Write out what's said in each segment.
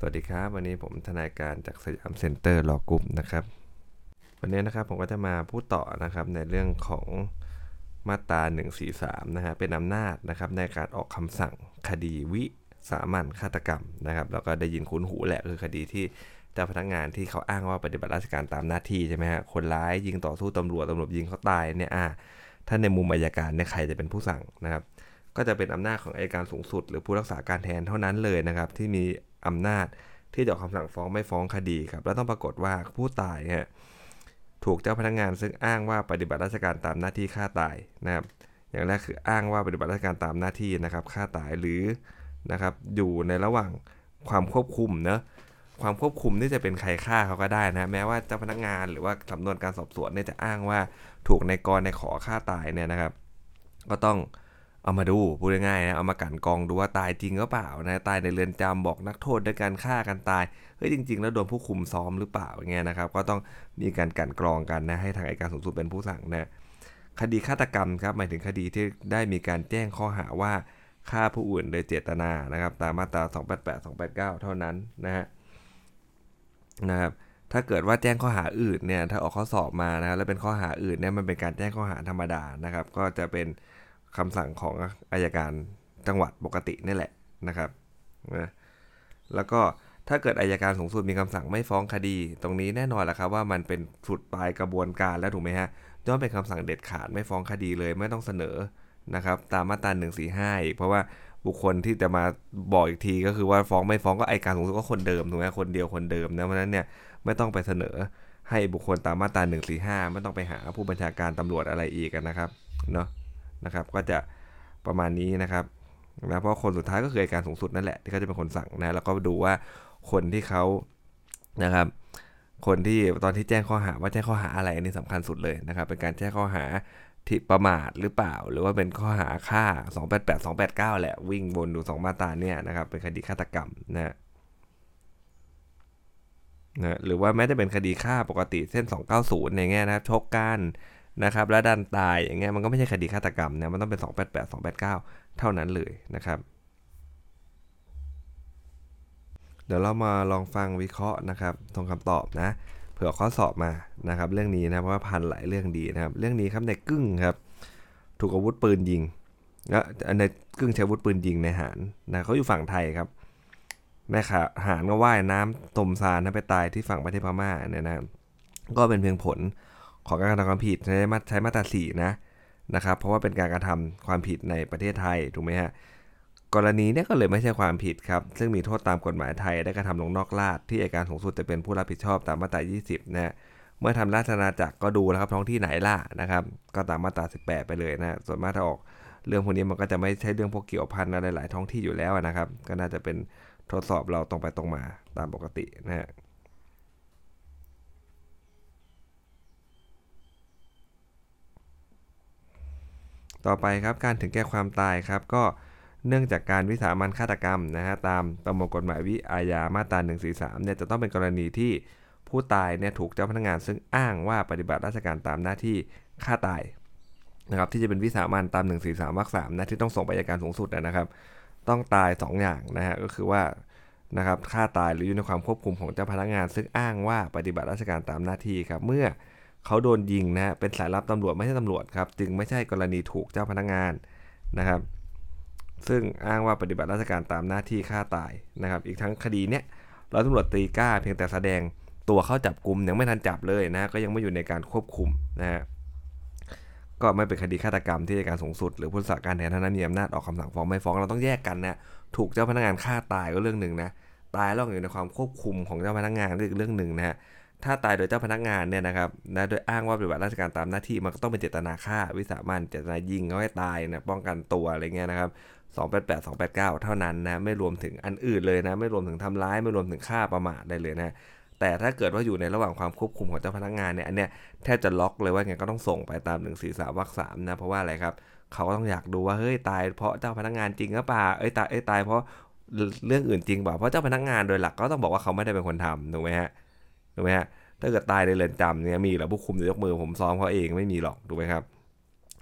วัสดีครับวันนี้ผมทนายการจากสยามเซ็นเตอร์ลอกรุ๊ปนะครับวันนี้นะครับผมก็จะมาพูดต่อนะครับในเรื่องของมาตรา143นะฮะเป็นอำนาจนะครับในการออกคำสั่งคดีวิสามัญฆาตกรรมนะครับแล้วก็ได้ยินคุ้นหูแหละคือคดีที่เจ้าพนักงานที่เขาอ้างว่าปฏิบัติราชการตามหน้าที่ใช่ไหมฮะคนร้ายยิงต่อสู้ตำรวจยิงเขาตายเนี่ยถ้าในมุมอัยการเนี่ยใครจะเป็นผู้สั่งนะครับก็จะเป็นอำนาจของอัยการสูงสุดหรือผู้รักษาการแทนเท่านั้นเลยนะครับที่มีอำนาจที่จะออกคำสั่งฟ้องไม่ฟ้องคดีครับแล้วต้องปรากฏว่าผู้ตายถูกเจ้าพนักงานซึ่งอ้างว่าปฏิบัติราชการตามหน้าที่ฆ่าตายนะครับอย่างแรกคืออ้างว่าปฏิบัติราชการตามหน้าที่นะครับฆ่าตายหรือนะครับอยู่ในระหว่างความควบคุมเนะความควบคุมนี่จะเป็นใครฆ่าเขาก็ได้นะแม้ว่าเจ้าพนักงานหรือว่าสำนวนการสอบสวนเนี่ยจะอ้างว่าถูกนายกในขอฆ่าตายเนี่ยนะครับก็ต้องเอามาดูพูดง่ายๆนะเอามากั่นกองดูว่าตายจริงหรือเปล่านะตายในเรือนจำบอกนักโทษด้วยการฆ่ากันตายเฮ้ยจริงๆแล้วโดนผู้คุมซ้อมหรือเปล่าอย่างเงี้ยนะครับก็ต้องมีการกั่นกรองกันนะให้ทางอัยการสูงสุดเป็นผู้สั่งนะคดีฆาตกรรมครับหมายถึงคดีที่ได้มีการแจ้งข้อหาว่าฆ่าผู้อื่นโดยเจตนานะครับตามมาตรา288 289เท่านั้นนะครับถ้าเกิดว่าแจ้งข้อหาอื่นเนี่ยถ้าออกข้อสอบมานะแล้วเป็นข้อหาอื่นเนี่ยมันเป็นการแจ้งข้อหาธรรมดานะครับก็จะเป็นคำสั่งของอัยการจังหวัดปกตินี่แหละนะครับนะแล้วก็ถ้าเกิดอัยการสูงสุดมีคำสั่งไม่ฟ้องคดีตรงนี้แน่นอนแหละครับว่ามันเป็นสุดปลายกระบวนการแล้วถูกไหมฮะย่อมเป็นคำสั่งเด็ดขาดไม่ฟ้องคดีเลยไม่ต้องเสนอนะครับตามมาตรา145อีกเพราะว่าบุคคลที่จะมาบอกอีกทีก็คือว่าฟ้องไม่ฟ้องก็อัยการสูงสุดก็คนเดิมถูกไหมคนเดียวคนเดิมนะเพราะนั้นเนี่ยไม่ต้องไปเสนอให้บุคคลตามมาตรา145ไม่ต้องไปหาผู้บัญชาการตำรวจอะไรอีกนะครับเนาะนะครับก็จะประมาณนี้นะครับนะเพราะคนสุดท้ายก็คืออัยการสูงสุดนั่นแหละที่เขาจะเป็นคนสั่งนะแล้วก็ดูว่าคนที่เขานะครับคนที่ตอนที่แจ้งข้อหาว่าแจ้งข้อหาอะไรอันนี้สำคัญสุดเลยนะครับเป็นการแจ้งข้อหาที่ประมาทหรือเปล่าหรือว่าเป็นข้อหาฆ่า288 289แหละวิ่งวนดู2มาตราเนี่ยนะครับเป็นคดีฆาตกรรมนะหรือว่าแม้จะเป็นคดีฆ่าปกติเส้น290อย่างเงี้ยนะครับชกกันนะครับแล้วดันตายอย่างเงี้ยมันก็ไม่ใช่คดีฆาตกรรมนะมันต้องเป็น288 289เท่านั้นเลยนะครับเดี๋ยวเรามาลองฟังวิเคราะห์นะครับตรงคำตอบนะเผื่อข้อสอบมานะครับเรื่องนี้นะเพราะว่าพันหลายเรื่องดีนะครับเรื่องนี้ครับในกึ้งครับถูกอาวุธปืนยิงแล้วในกึ้งใช้อาวุธปืนยิงในหารนะเขาอยู่ฝั่งไทยครับแม่ขาหารก็ว่ายน้ำตมซานนะไปตายที่ฝั่งประเทศพม่าเนี่ยนะก็เป็นเพียงผลของการกระทำความผิดใช้มาตรา4นะครับเพราะว่าเป็นการกระทำความผิดในประเทศไทยถูกไหมฮะกรณีนี้ก็เลยไม่ใช่ความผิดครับซึ่งมีโทษตามกฎหมายไทยได้กระทำลงนอกราชที่อัยการสูงสุดจะเป็นผู้รับผิดชอบตามมาตรา20นะเมื่อทำราชอาณาจักรก็ดูแล้วครับท้องที่ไหนล่ะนะครับก็ตามมาตรา18ไปเลยนะส่วนมากถ้าออกเรื่องพวกนี้มันก็จะไม่ใช่เรื่องพวกเกี่ยวพันอะไรหลายท้องที่อยู่แล้วนะครับก็น่าจะเป็นทดสอบเราตรงไปตรงมาตามปกตินะฮะต่อไปครับการถึงแก่ความตายครับก็เนื่องจากการวิสามัญฆาตกรรมนะฮะตามประมวลกฎหมายวิอาญามาตรา143เนี่ยจะต้องเป็นกรณีที่ผู้ตายเนี่ยถูกเจ้าพนักงานซึ่งอ้างว่าปฏิบัติราชการตามหน้าที่ฆ่าตายนะครับที่จะเป็นวิสามัญตาม143วรรค3นะที่ต้องส่งไปอัยการสูงสุดนะครับต้องตาย2อย่างนะฮะก็คือว่านะครับฆ่าตายหรืออยู่ในความควบคุมของเจ้าพนักงานซึ่งอ้างว่าปฏิบัติราชการตามหน้าที่ครับเมื่อเขาโดนยิงนะเป็นสายลับตำรวจไม่ใช่ตำรวจครับจึงไม่ใช่กรณีถูกเจ้าพนักงานนะครับซึ่งอ้างว่าปฏิบัติราชการตามหน้าที่ฆ่าตายนะครับอีกทั้งคดีเนี้ยร้อยตำรวจตีกล้าเพียงแต่แสดงตัวเข้าจับกลุ่มยังไม่ทันจับเลยนะก็ยังไม่อยู่ในการควบคุมนะฮะก็ไม่เป็นคดีฆาตกรรมที่อัยการสูงสุดหรือผู้รักษาการแทนเท่านั้นมีอำนาจออกคำสั่งฟ้องไม่ฟ้องเราต้องแยกกันนะถูกเจ้าพนักงานฆ่าตายก็เรื่องหนึ่งนะตายแล้วอยู่ในความควบคุมของเจ้าพนักงานก็อีกเรื่องหนึ่งนะฮะถ้าตายโดยเจ้าพนักงานเนี่ยนะครับนะโดยอ้างว่าปฏิบัติราชการตามหน้าที่มันก็ต้องเป็นเจตนาฆ่าวิสามันเจตนายิงเขาให้ตายนะป้องกันตัวอะไรเงี้ยนะครับ288 289เท่านั้นนะไม่รวมถึงอันอื่นเลยนะไม่รวมถึงทำร้ายไม่รวมถึงฆ่าประมาทได้เลยนะแต่ถ้าเกิดว่าอยู่ในระหว่างความควบคุมของเจ้าพนักงานเนี่ยอันเนี้ยแทบจะล็อกเลยว่าไงก็ต้องส่งไปตาม143วรรค3นะเพราะว่าอะไรครับเขาก็ต้องอยากดูว่าเฮ้ยตายเพราะเจ้าพนักงานจริงหรือเปล่าตายเพราะเรื่องอื่นจริงเปล่าเพราะเจ้าพนักงานโดยหลักก็ต้องบอกว่าเขาไม่ได้เป็นคนทำถูกไหมฮะถ้าเกิดตายในเรือนจำเนี่ยมีหรือผู้คุมจะยกมือผมซ้อมเขาเองไม่มีหรอกถูกไหมครับ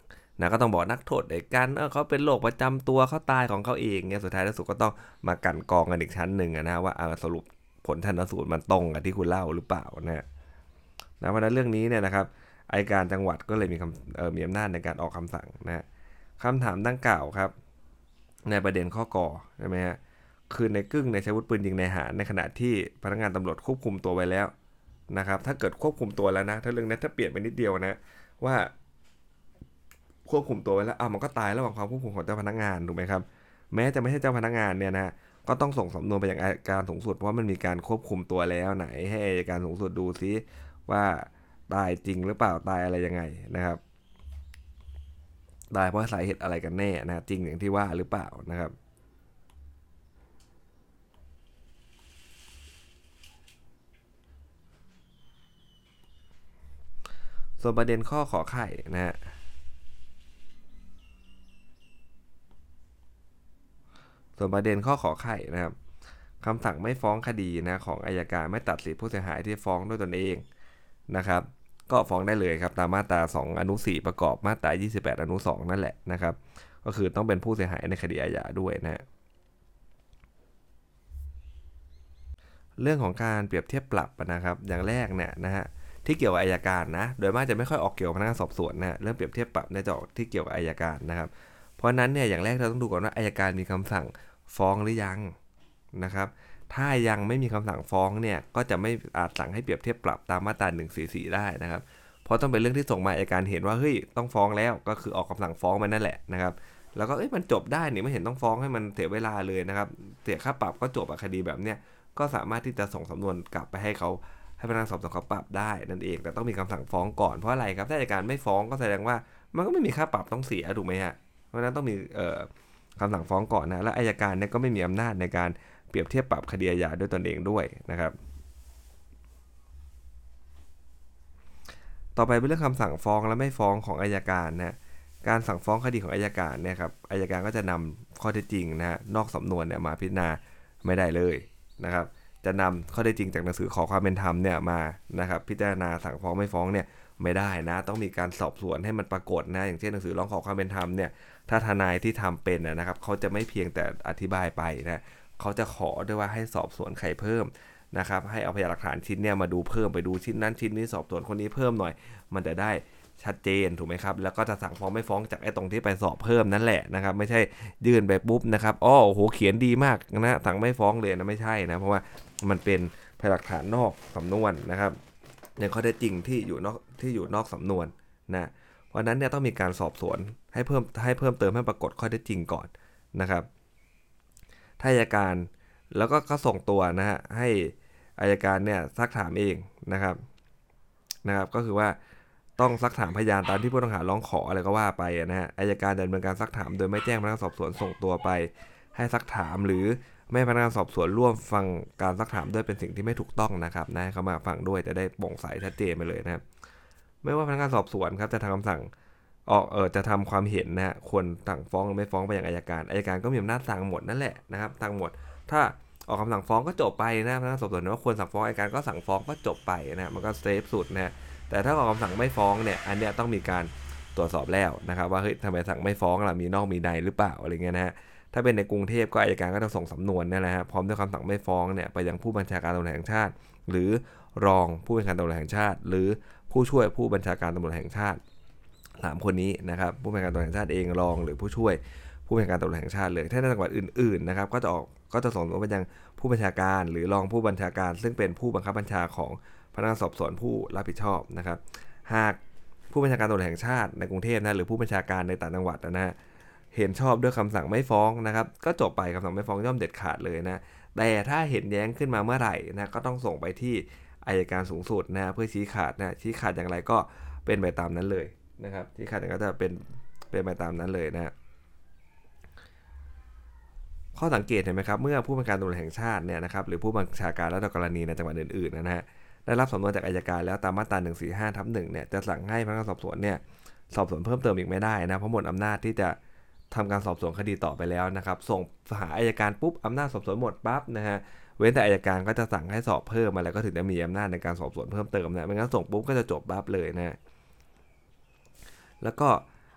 นะก็ต้องบอกนักโทษด้วยกันเขาเป็นโรคประจำตัวเขาตายของเขาเองเนี่ยสุดท้ายที่สุดก็ต้องมากันกองกันอีกชั้นหนึ่งนะว่าสรุปผลชันสูตรมันตรงกับที่คุณเล่าหรือเปล่านะเพราะนั้นเรื่องนี้เนี่ยนะครับอัยการจังหวัดก็เลยมีอำนาจในการออกคำสั่งนะคำถามดังกล่าวครับในประเด็นข้อกอใช่ไหมฮะคือในกึ้งในใช้อาวุธปืนยิงในหารในขณะที่พนักงานตำรวจควบคุมตัวไว้แล้วนะครับถ้าเกิดควบคุมตัวแล้วนะถ้าเรื่องนี้ถ้าเปลี่ยนไปนิดเดียวนะว่าควบคุมตัวไว้แล้วมันก็ตายระหว่างความควบคุมของเจ้าพนักงานถูกไหมครับแม้จะไม่ใช่เจ้าพนักงานเนี่ยนะก็ต้องส่งสำนวนไปยังอัยการสูงสุดเพราะมันมีการควบคุมตัวแล้วไหนให้อัยการสูงสุดดูซิว่าตายจริงหรือเปล่าตายอะไรยังไงนะครับตายเพราะสาเหตุอะไรกันแน่นะจริงอย่างที่ว่าหรือเปล่านะครับส่วนประเด็นข้อขอไข่นะฮะส่วนประเด็นข้อขอไข่นะครับคำสั่งไม่ฟ้องคดีนะของอัยการไม่ตัดสิทธิผู้เสียหายที่ฟ้องด้วยตนเองนะครับก็ฟ้องได้เลยครับตามมาตรา2อนุ4ประกอบมาตรา28อนุ2นั่นแหละนะครับก็คือต้องเป็นผู้เสียหายในคดีอาญาด้วยนะเรื่องของการเปรียบเทียบปรับนะครับอย่างแรกเนี่ยนะฮะที่เกี่ยวกับอัยการนะโดยมากจะไม่ค่อยออกเกี่ยวกับพนักงานสอบสวนนะเรื่องเปรียบเทียบปรับเนี่ยจะออกที่เกี่ยวกับอัยการนะครับเพราะนั้นเนี่ยอย่างแรกเราต้องดูก่อนว่าอัยการมีคำสั่งฟ้องหรือยังนะครับถ้ายังไม่มีคำสั่งฟ้องเนี่ยก็จะไม่อาจสั่งให้เปรียบเทียบปรับตามมาตรา144ได้นะครับเพราะต้องเป็นเรื่องที่ส่งมาอัยการเห็นว่าเฮ้ยต้องฟ้องแล้วก็คือออกคำสั่งฟ้องมันนั่นแหละนะครับแล้วก็มันจบได้นี่ไม่เห็นต้องฟ้องให้มันเสียเวลาเลยนะครับเสียค่าปรับก็จบคดีแบบเนี้ยก็สามารถที่จะส่งสำนวนกลับไปให้เขาให้พนักงานสอบสวนเขาปรับได้นั่นเองแต่ต้องมีคำสั่งฟ้องก่อนเพราะอะไรครับถ้าอัยการไม่ฟ้องก็แสดงว่ามันก็ไม่มีค่าปรับต้องเสียถูกไหมฮะเพราะนั้นต้องมีคำสั่งฟ้องก่อนนะและอัยการเนี่ยก็ไม่มีอำนาจในการเปรียบเทียบปรับคดีอาญาด้วยตนเองด้วยนะครับต่อไปเป็นเรื่องคำสั่งฟ้องและไม่ฟ้องของอัยการนะการสั่งฟ้องคดีของอัยการเนี่ยครับอัยการก็จะนำข้อเท็จจริงนะนอกสำนวนเนี่ยมาพิจารณาไม่ได้เลยนะครับจะนำข้อเท็จจริงจากหนังสือขอความเป็นธรรมเนี่ยมานะครับพิจารณาสั่งฟ้องไม่ฟ้องเนี่ยไม่ได้นะต้องมีการสอบสวนให้มันปรากฏนะอย่างเช่นหนังสือร้องขอความเป็นธรรมเนี่ยถ้าทนายที่ทำเป็นนะครับเขาจะไม่เพียงแต่อธิบายไปนะเขาจะขอด้วยว่าให้สอบสวนใครเพิ่มนะครับให้เอาพยานหลักฐานชิ้นเนี่ยมาดูเพิ่มไปดูชิ้นนั้นชิ้นนี้สอบสวนคนนี้เพิ่มหน่อยมันจะได้ชัดเจนถูกไหมครับแล้วก็จะสั่งฟ้องไม่ฟ้องจากไอ้ตรงที่ไปสอบเพิ่มนั่นแหละนะครับไม่ใช่ยื่นไปปุ๊บนะครับโอ้โหเขียนดีมากนะสั่งไม่ฟ้องเลยนะไม่ใช่นะเพราะว่ามันเป็นพยานหลักฐานนอกสำนวนนะครับในข้อเท็จจริงที่อยู่นอกสำนวนนะเพราะนั้นเนี่ยต้องมีการสอบสวนให้เพิ่มเติมให้ปรากฏข้อเท็จจริงก่อนนะครับถ้าอัยการแล้วก็ส่งตัวนะฮะให้อัยการเนี่ยซักถามเองนะครับก็คือว่าต้องซักถามพยานตามที่ผู้ต้องหาร้องขออะไรก็ว่าไปนะฮะอัยการดำเนินการซักถามโดยไม่แจ้งพนักงานสอบสวนส่งตัวไปให้ซักถามหรือไม่พนักงานสอบสวนร่วมฟังการซักถามด้วยเป็นสิ่งที่ไม่ถูกต้องนะครับนะให้เขามาฟังด้วยจะได้โปร่งใสชัดเจนไปเลยนะครับไม่ว่าพนักงานสอบสวนครับจะทำคำสั่งจะทำความเห็นนะฮะควรสั่งฟ้องหรือไม่ฟ้องไปยังอัยการก็มีอำนาจสั่งหมดนั่นแหละนะครับสั่งหมดถ้าออกคำสั่งฟ้องก็จบไปนะพนักงานสอบสวนว่าควรสั่งฟ้องอัยการก็สั่งฟ้องก็จบไปนะมันก็เซฟสุดนะแต่ถ้าออกคำสั่งไม่ฟ้องเนี่ยอันเนี้ยต้องมีการตรวจสอบแล้วนะครับว่าเฮ้ยทำไมสั่งไม่ฟ้องล่ะมีนอกมีในหรือเปล่าอะไรเงี้ยนะฮะถ้าเป็นในกรุงเทพก็อัยการก็จะส่งสำนวนนี่แหละฮะพร้อมด้วยคำสั่งไม่ฟ้องเนี่ยไปยังผู้บัญชาการตำรวจแห่งชาติหรือรองผู้บัญชาการตำรวจแห่งชาติหรือผู้ช่วยผู้บัญชาการตำรวจแห่งชาติ3คนนี้นะครับผู้บัญชาการตำรวจแห่งชาติเองรองหรือผู้ช่วยผู้บัญชาการตำรวจแห่งชาติเลยถ้าในจังหวัดอื่นๆนะครับก็จะส่งไปยังผู้บัญชาการหรือรองผู้บัญชาการซึ่งเป็นผู้บังคับบัญชาของพนักงานสอบสวนผู้รับผิดชอบนะครับหากผู้บัญชาการตำรวจแห่งชาติในกรุงเทพนะหรือผู้บัญชาการในต่างจังหวัดนะฮะเห็นชอบด้วยคำสั่งไม่ฟ้องนะครับก็จบไปคำสั่งไม่ฟ้องย่อมเด็ดขาดเลยนะแต่ถ้าเห็นแย้งขึ้นมาเมื่อไหร่นะก็ต้องส่งไปที่อัยการสูงสุดนะเพื่อชี้ขาดนะชี้ขาดอย่างไรก็เป็นไปตามนั้นเลยนะครับชี้ขาดอย่างไรก็จะเป็นไปตามนั้นเลยนะข้อสังเกตเห็นไหมครับเมื่อผู้บัญชาการตำรวจแห่งชาติเนี่ยนะครับหรือผู้บัญชาการและกรณีในจังหวัดอื่นๆนะฮะได้รับสำนวนจากอัยการแล้วตามมาตรา145/1เนี่ยจะสั่งให้พนักงานสอบสวนเนี่ยสอบสวนเพิ่มเติมอีกไม่ได้นะเพราะหมดอำนาจที่จะทำการสอบสวนคดีต่อไปแล้วนะครับส่งหาอัยการปุ๊บอำนาจสอบสวนหมดปั๊บนะฮะเว้นแต่อัยการก็จะสั่งให้สอบเพิ่มมาแล้วก็ถึงจะมีอำนาจในการสอบสวนเพิ่มเติมนะไม่งั้นส่งปุ๊บก็จะจบปั๊บเลยนะแล้วก็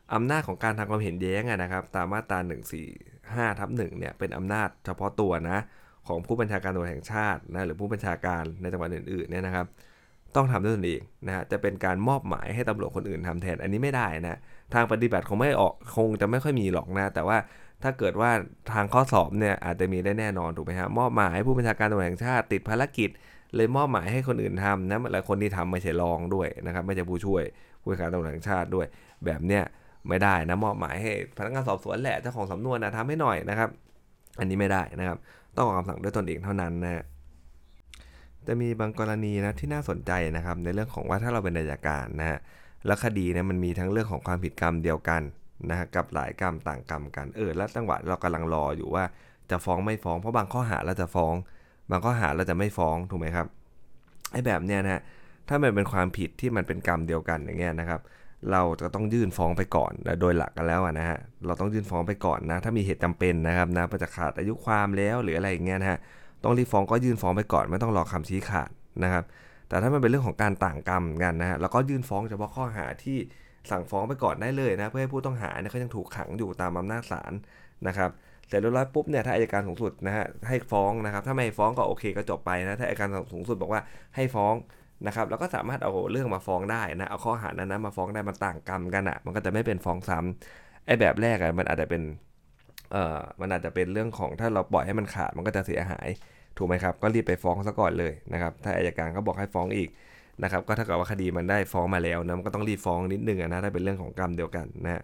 อำนาจของการทำความเห็นแย้งนะครับตามมาตรา145/1เนี่ยเป็นอำนาจเฉพาะตัวนะของผู้บัญชาการตำรวจแห่งชาตินะหรือผู้บัญชาการในจังหวัดอื่นๆเนี่ยนะครับต้องทำด้วยตนเองนะฮะจะเป็นการมอบหมายให้ตำรวจคนอื่นทำแทนอันนี้ไม่ได้นะทางปฏิบัติคงจะไม่ค่อยมีหรอกนะแต่ว่าถ้าเกิดว่าทางข้อสอบเนี่ยอาจจะมีได้แน่นอนถูกไหมฮะมอบหมายให้ผู้บัญชาการตำรวจแห่งชาติติดภารกิจเลยมอบหมายให้คนอื่นทำนะหลายคนที่ทำไม่ใช่รองด้วยนะครับไม่ใช่ผู้ช่วยผู้บัญชาการตำรวจแห่งชาติด้วยแบบเนี้ยไม่ได้นะมอบหมายให้พนักงานสอบสวนแหละเจ้าของสำนวนนะทำให้หน่อยนะครับอันนี้ไม่ได้นะครับต้องออกคำสั่งด้วยตนเองเท่านั้นนะจะมีบางกรณีนะที่น่าสนใจนะครับในเรื่องของว่าถ้าเราเป็นอัยการนะฮะแล้วคดีเนี่ยมันมีทั้งเรื่องของความผิดกรรมเดียวกันนะฮะกับหลายกรรมต่างกรรมกันแล้วจังหวะเรากำลังรออยู่ว่าจะฟ้องไม่ฟ้องเพราะบางข้อหาเราจะฟ้องบางข้อหาเราจะไม่ฟ้องถูกไหมครับไอ้แบบเนี้ยนะฮะถ้ามันเป็นความผิดที่มันเป็นกรรมเดียวกันอย่างเงี้ยนะครับเราจะต้องยื่นฟ้องไปก่อนโดยหลักกันแล้วนะฮะเราต้องยื่นฟ้องไปก่อนนะถ้ามีเหตุจำเป็นนะครับนะจะขาดอายุความแล้วหรืออะไรอย่างเงี้ยนะฮะต้องรีบฟ้องก็ยื่นฟ้องไปก่อนไม่ต้องรอคำชี้ขาดนะครับแต่ถ้ามันเป็นเรื่องของการต่างกรรมกันนะฮะแล้วก็ยื่นฟ้องเฉพาะข้อหาที่สั่งฟ้องไปก่อนได้เลยนะเพื่อให้ผู้ต้องหาเนี่ยเขายังถูกขังอยู่ตามอำนาจศาลนะครับเสร็จเรียบร้อยปุ๊บเนี่ยถ้าอัยการสูงสุดนะฮะให้ฟ้องนะครับถ้าไม่ฟ้องก็โอเคก็จบไปนะถ้าอัยการสูงสุดบอกว่าให้ฟ้องนะครับแล้วก็สามารถเอาเรื่องมาฟ้องได้นะเอาข้อหานั้นมาฟ้องได้มันต่างกรรมกันมันก็จะไม่เป็นฟ้องซ้ำไอ้แบบแรกมันอาจจะเป็นมันอาจจะเป็นเรื่องของถ้าเราปล่อยให้มันขาดมันก็จะเสียหายถูกไหมครับก็รีบไปฟ้องซะก่อนเลยนะครับถ้าอัยการเขาบอกให้ฟ้องอีกนะครับก็ถ้าเกิดว่าคดีมันได้ฟ้องมาแล้วนะมันก็ต้องรีบฟ้องนิดนึงนะถ้าเป็นเรื่องของกรรมเดียวกันนะฮะ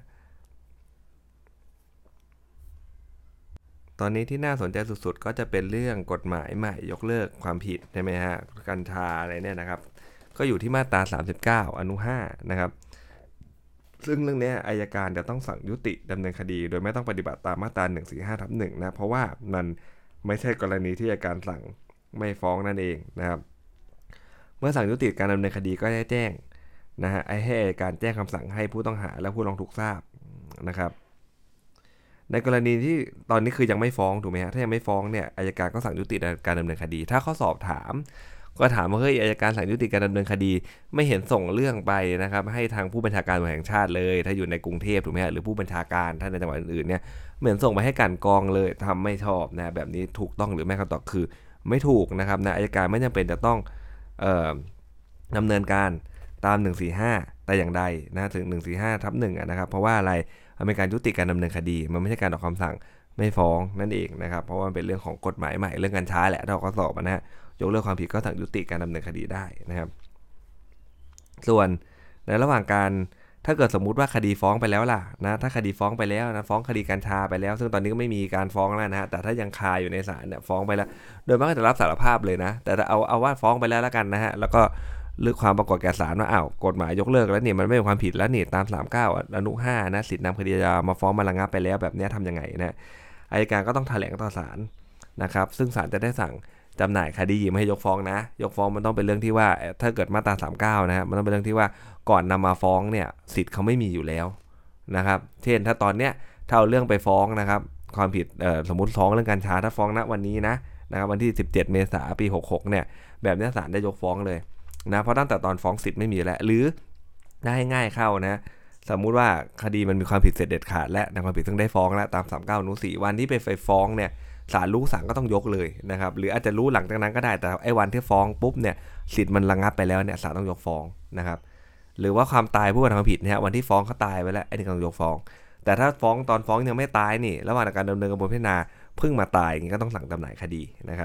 ตอนนี้ที่น่าสนใจสุดๆก็จะเป็นเรื่องกฎหมายใหม่ยกเลิกความผิดใช่ไหมฮะกัญชาอะไรเนี่ยนะครับก็อยู่ที่มาตรา39อนุ5นะครับซึ่งเรื่องนี้อัยการจะต้องสั่งยุติดำเนินคดีโดยไม่ต้องปฏิบัติตามมาตรา145/1นะเพราะว่ามันไม่ใช่กรณีที่อัยการสั่งไม่ฟ้องนั่นเองนะครับเมื่อสั่งยุติการดำเนินคดีก็ได้แจ้งนะฮะให้อัยการแจ้งคำสั่งให้ผู้ต้องหาและผู้ร้องทุกข์ทราบนะครับในกรณีที่ตอนนี้คือยังไม่ฟ้องถูกไหมฮะถ้ายังไม่ฟ้องเนี่ยอัยการก็สั่งยุติการดำเนินคดีถ้าเขาสอบถามก็ถามว่าเฮ้ยอัยการสั่งยุติการดำเนินคดีไม่เห็นส่งเรื่องไปนะครับให้ทางผู้บัญชาการตำรวจแห่งชาติเลยถ้าอยู่ในกรุงเทพถูกไหมฮะหรือผู้บัญชาการท่านในจังหวัดอื่นๆเนี่ยเหมือนส่งไปให้กันกองเลยทำไม่ชอบนะแบบนี้ถูกต้องหรือไม่คำตอบคือไม่ถูกนะครับนะอัยการไม่จำเป็นจะต้องเอ่อดำเนินการตาม145แต่อย่างใดนะถึง145/1นะครับเพราะว่าอะไรมันเป็นการยุติการดำเนินคดีมันไม่ใช่การออกคำสั่งไม่ฟ้องนั่นเองนะครับเพราะว่ามันเป็นเรื่องของกฎหมายใหม่เรื่องกัญชาแหละถ้าเขาสอบนะฮะยกเลิกความผิดก็สั่งยุติการดำเนินคดีได้นะครับส่วนในระหว่างการถ้าเกิดสมมุติว่าคดีฟ้องไปแล้วล่ะนะถ้าคดีฟ้องไปแล้วนะฟ้องคดีกัญชาไปแล้วซึ่งตอนนี้ก็ไม่มีการฟ้องแล้วนะฮะแต่ถ้ายังคาอยู่ในศาลเนี่ยฟ้องไปแล้วโดยมากก็จะรับสารภาพเลยนะแต่เอาว่าฟ้องไปแล้วกันนะฮะแล้วก็เลือกความปรากฏแก่ศาลว่าอ้าวกฎหมายยกเลิกแล้วนี่มันไม่เป็นความผิดแล้วนี่ตาม39อนุ5นะสิทธินำคดียามาฟ้องมาระงับไปแล้วแบบนี้ทำยังไงนะอัยการก็ต้องแถลงต่อศาลนะครับซึ่งศาลจะได้สั่งจำหน่ายคดีไม่ให้ยกฟ้องนะยกฟ้องมันต้องเป็นเรื่องที่ว่าถ้าเกิดมาตรา39นะฮะมันต้องเป็นเรื่องที่ว่าก่อนนำมาฟ้องเนี่ยสิทธิ์เขาไม่มีอยู่แล้วนะครับเช่นถ้าตอนเนี้ยถ้าเอาเรื่องไปฟ้องนะครับความผิดสมมติฟ้องเรื่องกัญชาถ้าฟ้องณวันนี้นะครับวันที่17เมษายนปี66เนี่ยแบบนี้ศาลได้ยกฟ้องเลยนะเพราะตั้งแต่ตอนฟ้องสิทธิ์ไม่มีแล้วหรือได้ง่ายเข้านะสมมุติว่าคดีมันมีความผิดเสร็จเด็ดขาดและในความผิดซึ่งได้ฟ้องแล้วตาม39อนุ4วันที่ไปฟ้องเนี่ยศาลรู้สั่งก็ต้องยกเลยนะครับหรืออาจจะรู้หลังจากนั้นก็ได้แต่ไอ้วันที่ฟ้องปุ๊บเนี่ยสิทธิ์มันระงับไปแล้วเนี่ยศาลต้องยกฟ้องนะครับหรือว่าความตายผู้กระทำผิดเนี่ยวันที่ฟ้องเขาตายไปแล้วไอ้นี่ต้องยกฟ้องแต่ถ้าฟ้องตอนฟ้องยังไม่ตายนี่ระหว่างการดำเนินกระบวนการพิจารณาเพิ่งมาตายอย่างนี้ก็ต้องสั่งจำหน่ายคดีนะครับ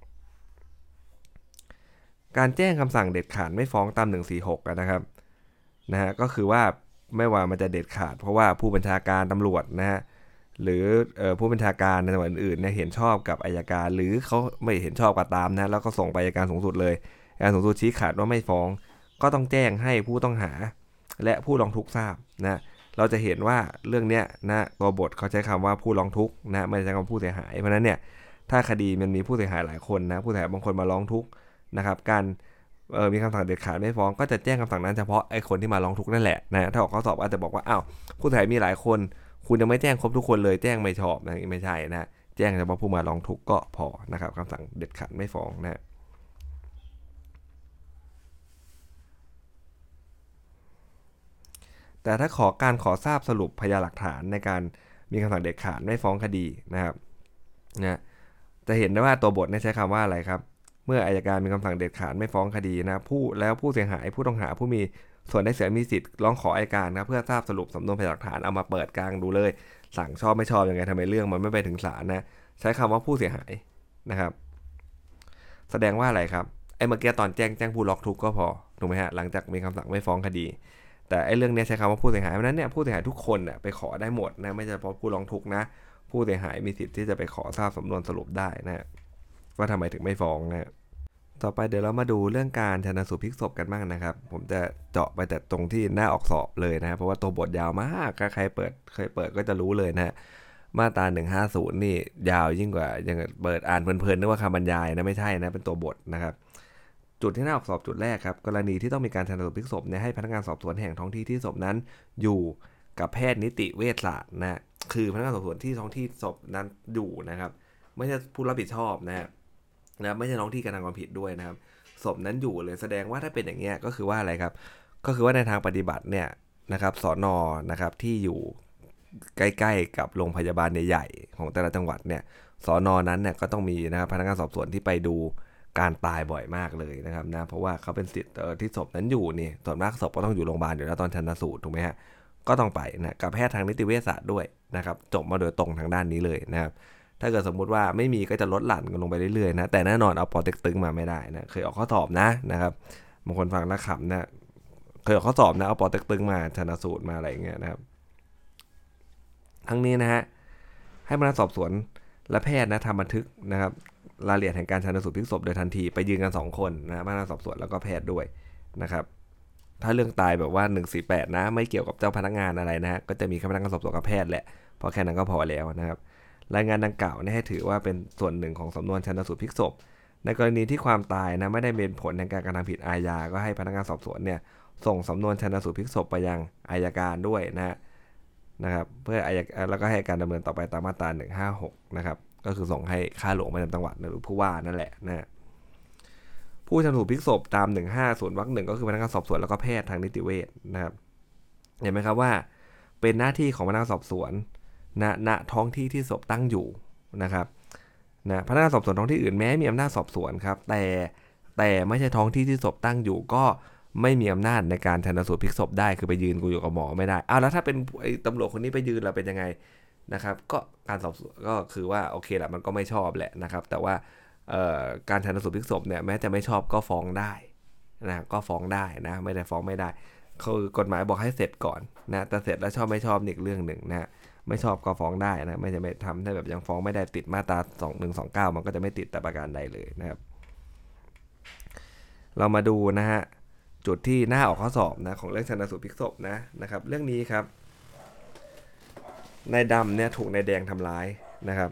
การแจ้งคำสั่งเด็ดขาดไม่ฟ้องตาม146นะครับนะฮะก็คือว่าไม่ว่ามันจะเด็ดขาดเพราะว่าผู้บัญชาการตำรวจนะฮะหรือผู้บัญชาการในจังหวัดอื่นเนี่ยเห็นชอบกับอัยการหรือเขาไม่เห็นชอบก็ตามนะแล้วก็ส่งไปอัยการสูงสุดเลยอัยการสูงสุดชี้ขาดว่าไม่ฟ้องก็ต้องแจ้งให้ผู้ต้องหาและผู้ร้องทุกข์ทราบนะเราจะเห็นว่าเรื่องเนี้ยนะตัวบทเขาใช้คำว่าผู้ร้องทุกข์นะไม่ใช่คำผู้เสียหายเพราะนั้นเนี่ยถ้าคดีมันมีผู้เสียหายหลายคนนะผู้เสียหายบางคนมาร้องทุกข์นะครับการมีคำสั่งเด็ดขาดไม่ฟ้องก็จะแจ้งคำสั่งนั้นเฉพาะไอ้คนที่มาร้องทุกข์นั่นแหละนะถ้าออกข้อสอบอาจจะบอกว่าอ้าวผู้เสียหายมีหลายคนคุณยังไม่แจ้งครบทุกคนเลยแจ้งไม่ชอบนะไม่ใช่นะแจ้งเฉพาะผู้มาร้องทุกข์ก็พอนะครับคำสั่งเด็ดขาดไม่ฟ้องนะแต่ถ้าขอทราบสรุปพยานหลักฐานในการมีคำสั่งเด็ดขาดไม่ฟ้องคดีนะครับนะจะเห็นได้ว่าตัวบทใช้คำว่าอะไรครับเมื่ออัยการมีคำสั่งเด็ดขาดไม่ฟ้องคดีนะผู้เสียหายผู้ต้องหาผู้มีส่วนได้เสียมีสิทธิ์ร้องขออัยการนะเพื่อทราบสรุปสำนวนพยานหลักฐานเอามาเปิดกลางดูเลยสั่งชอบไม่ชอบยังไงทำไมเรื่องมันไม่ไปถึงศาลนะใช้คำว่าผู้เสียหายนะครับแสดงว่าอะไรครับไอ้เมื่อกี้ตอนแจ้งผู้ร้องทุกข์ก็พอถูกไหมฮะหลังจากมีคำสั่งไม่ฟ้องคดีแต่ไอ้เรื่องนี้ใช้คำว่าผู้เสียหายเพราะนั้นเนี่ยผู้เสียหายทุกคนเนี่ยไปขอได้หมดนะไม่ใช่เฉพาะผู้ร้องทุกข์นะผู้เสียหายมีสิทธิ์ที่จะไปขอทราบสำนวนสรุปได้นะว่าทำไมถึงไม่ฟ้องนะต่อไปเดี๋ยวเรามาดูเรื่องการชันสูตรพลิกศพกันบ้างนะครับผมจะเจาะไปแต่ตรงที่หน้าออกสอบเลยนะเพราะว่าตัวบทยาวมากใครเคยเปิดก็จะรู้เลยนะมาตรา150นี่ยาวยิ่งกว่ายังเปิดอ่านเพลินๆนึกว่าคำบรรยายนะไม่ใช่นะเป็นตัวบทนะครับจุดที่น่าออกสอบจุดแรกครับกรณีที่ต้องมีการชันสูตรพลิกศพเนี่ยให้พนักงานสอบสวนแห่งท้องที่ที่ศพนั้นอยู่กับแพทย์นิติเวชศาสตร์นะคือพนักงานสอบสวนที่ท้องที่ศพนั้นอยู่นะครับไม่ใช่ผู้รับผิดชอบนะไม่ใช่ท้องที่การทำความผิดด้วยนะครับศพนั้นอยู่เลยแสดงว่าถ้าเป็นอย่างเงี้ยก็คือว่าอะไรครับก็คือว่าในทางปฏิบัติเนี่ยนะครับสน.นะครับที่อยู่ใกล้ๆกับโรงพยาบาลใหญ่ๆของแต่ละจังหวัดเนี่ยสน.นั้นเนี่ยก็ต้องมีนะครับพนักงานสอบสวนที่ไปดูการตายบ่อยมากเลยนะครับนะเพราะว่าเขาเป็นสิทธิ์ที่ศพนั้นอยู่นี่ส่วนมากศพก็ต้องอยู่โรงพยาบาลอยู่แล้วตอนชันสูตรถูกไหมฮะก็ต้องไปนะกับแพทย์ทางนิติเวชศาสตร์ด้วยนะครับจบมาโดยตรงทางด้านนี้เลยนะครับถ้าเกิดสมมุติว่าไม่มีก็จะลดหลั่นกันลงไปเรื่อยๆนะแต่แน่นอนเอาปอเต็กตึงมาไม่ได้นะเคยออกข้อสอบนะครับบางคนฟังแล้วขำนะเคยออกข้อสอบนะเอาปอเต็กตึงมาชันสูตรมาอะไรอย่างเงี้ยนะครับทั้งนี้นะฮะให้พนักงานสอบสวนและแพทย์นะทำบันทึกนะครับรายละเอียดแห่งการชันสูตรพลิกศพโดยทันทีไปยืนกัน2คนนะพนักงานสอบสวนแล้วก็แพทย์ด้วยนะครับถ้าเรื่องตายแบบว่า148นะไม่เกี่ยวกับเจ้าพนักงานอะไรนะก็จะมีพนักงานสอบสวนกับแพทย์แหละเพราะแค่นั้นก็พอแล้วนะครับรายงานดังกล่าวให้ถือว่าเป็นส่วนหนึ่งของสำนวนชันสูตรพลิกศพในกรณีที่ความตายนะไม่ได้เป็นผลในการกระทำผิดอาญาก็ให้พนักงานสอบสวนเนี่ยส่งสำนวนชันสูตรพลิกศพไปยังอัยการด้วยนะครับเพื่อแล้วก็ให้การดำเนินต่อไปตามมาตรา156นะครับก็คือส่งให้ข้าหลวงประจำจังหวัดหรือผู้ว่านั่นแหละนะผู้ชันสูตรพลิกศพตาม150วรรค 1ก็คือพนักงานสอบสวนแล้วก็แพทย์ทางนิติเวชนะครับเห็นไหมครับว่าเป็นหน้าที่ของพนักงานสอบสวนณท้องที่ที่ศพตั้งอยู่นะครับนะพนักงานสอบสวนท้องที่อื่นแม้มีอำนาจสอบสวนครับแต่ไม่ใช่ท้องที่ที่ศพตั้งอยู่ก็ไม่มีอำนาจในการชันสูตรพลิกศพได้คือไปยืนกูอยู่กับหมอไม่ได้แล้วถ้าเป็นตำรวจคนนี้ไปยืนเราเป็นยังไงนะครับก็การสอบสวนก็คือว่าโอเคแหละมันก็ไม่ชอบแหละนะครับแต่ว่าการชันสูตรพลิกศพเนี่ยแม้จะไม่ชอบก็ฟ้องได้นะก็ฟ้องได้นะไม่ได้ฟ้องไม่ได้คือกฎหมายบอกให้เสร็จก่อนนะแต่เสร็จแล้วชอบไม่ชอบอีกเรื่องหนึ่งนะไม่ชอบก็ฟ้องได้นะไม่จะไม่ทำถ้าแบบยังฟ้องไม่ได้ติดมาตรา2129มันก็จะไม่ติดแต่ประการใดเลยนะครับเรามาดูนะฮะจุดที่หน้าออกข้อสอบนะของเรื่องชันสูตรพลิกศพนะครับเรื่องนี้ครับนายดำเนี่ยถูกนายแดงทำร้ายนะครับ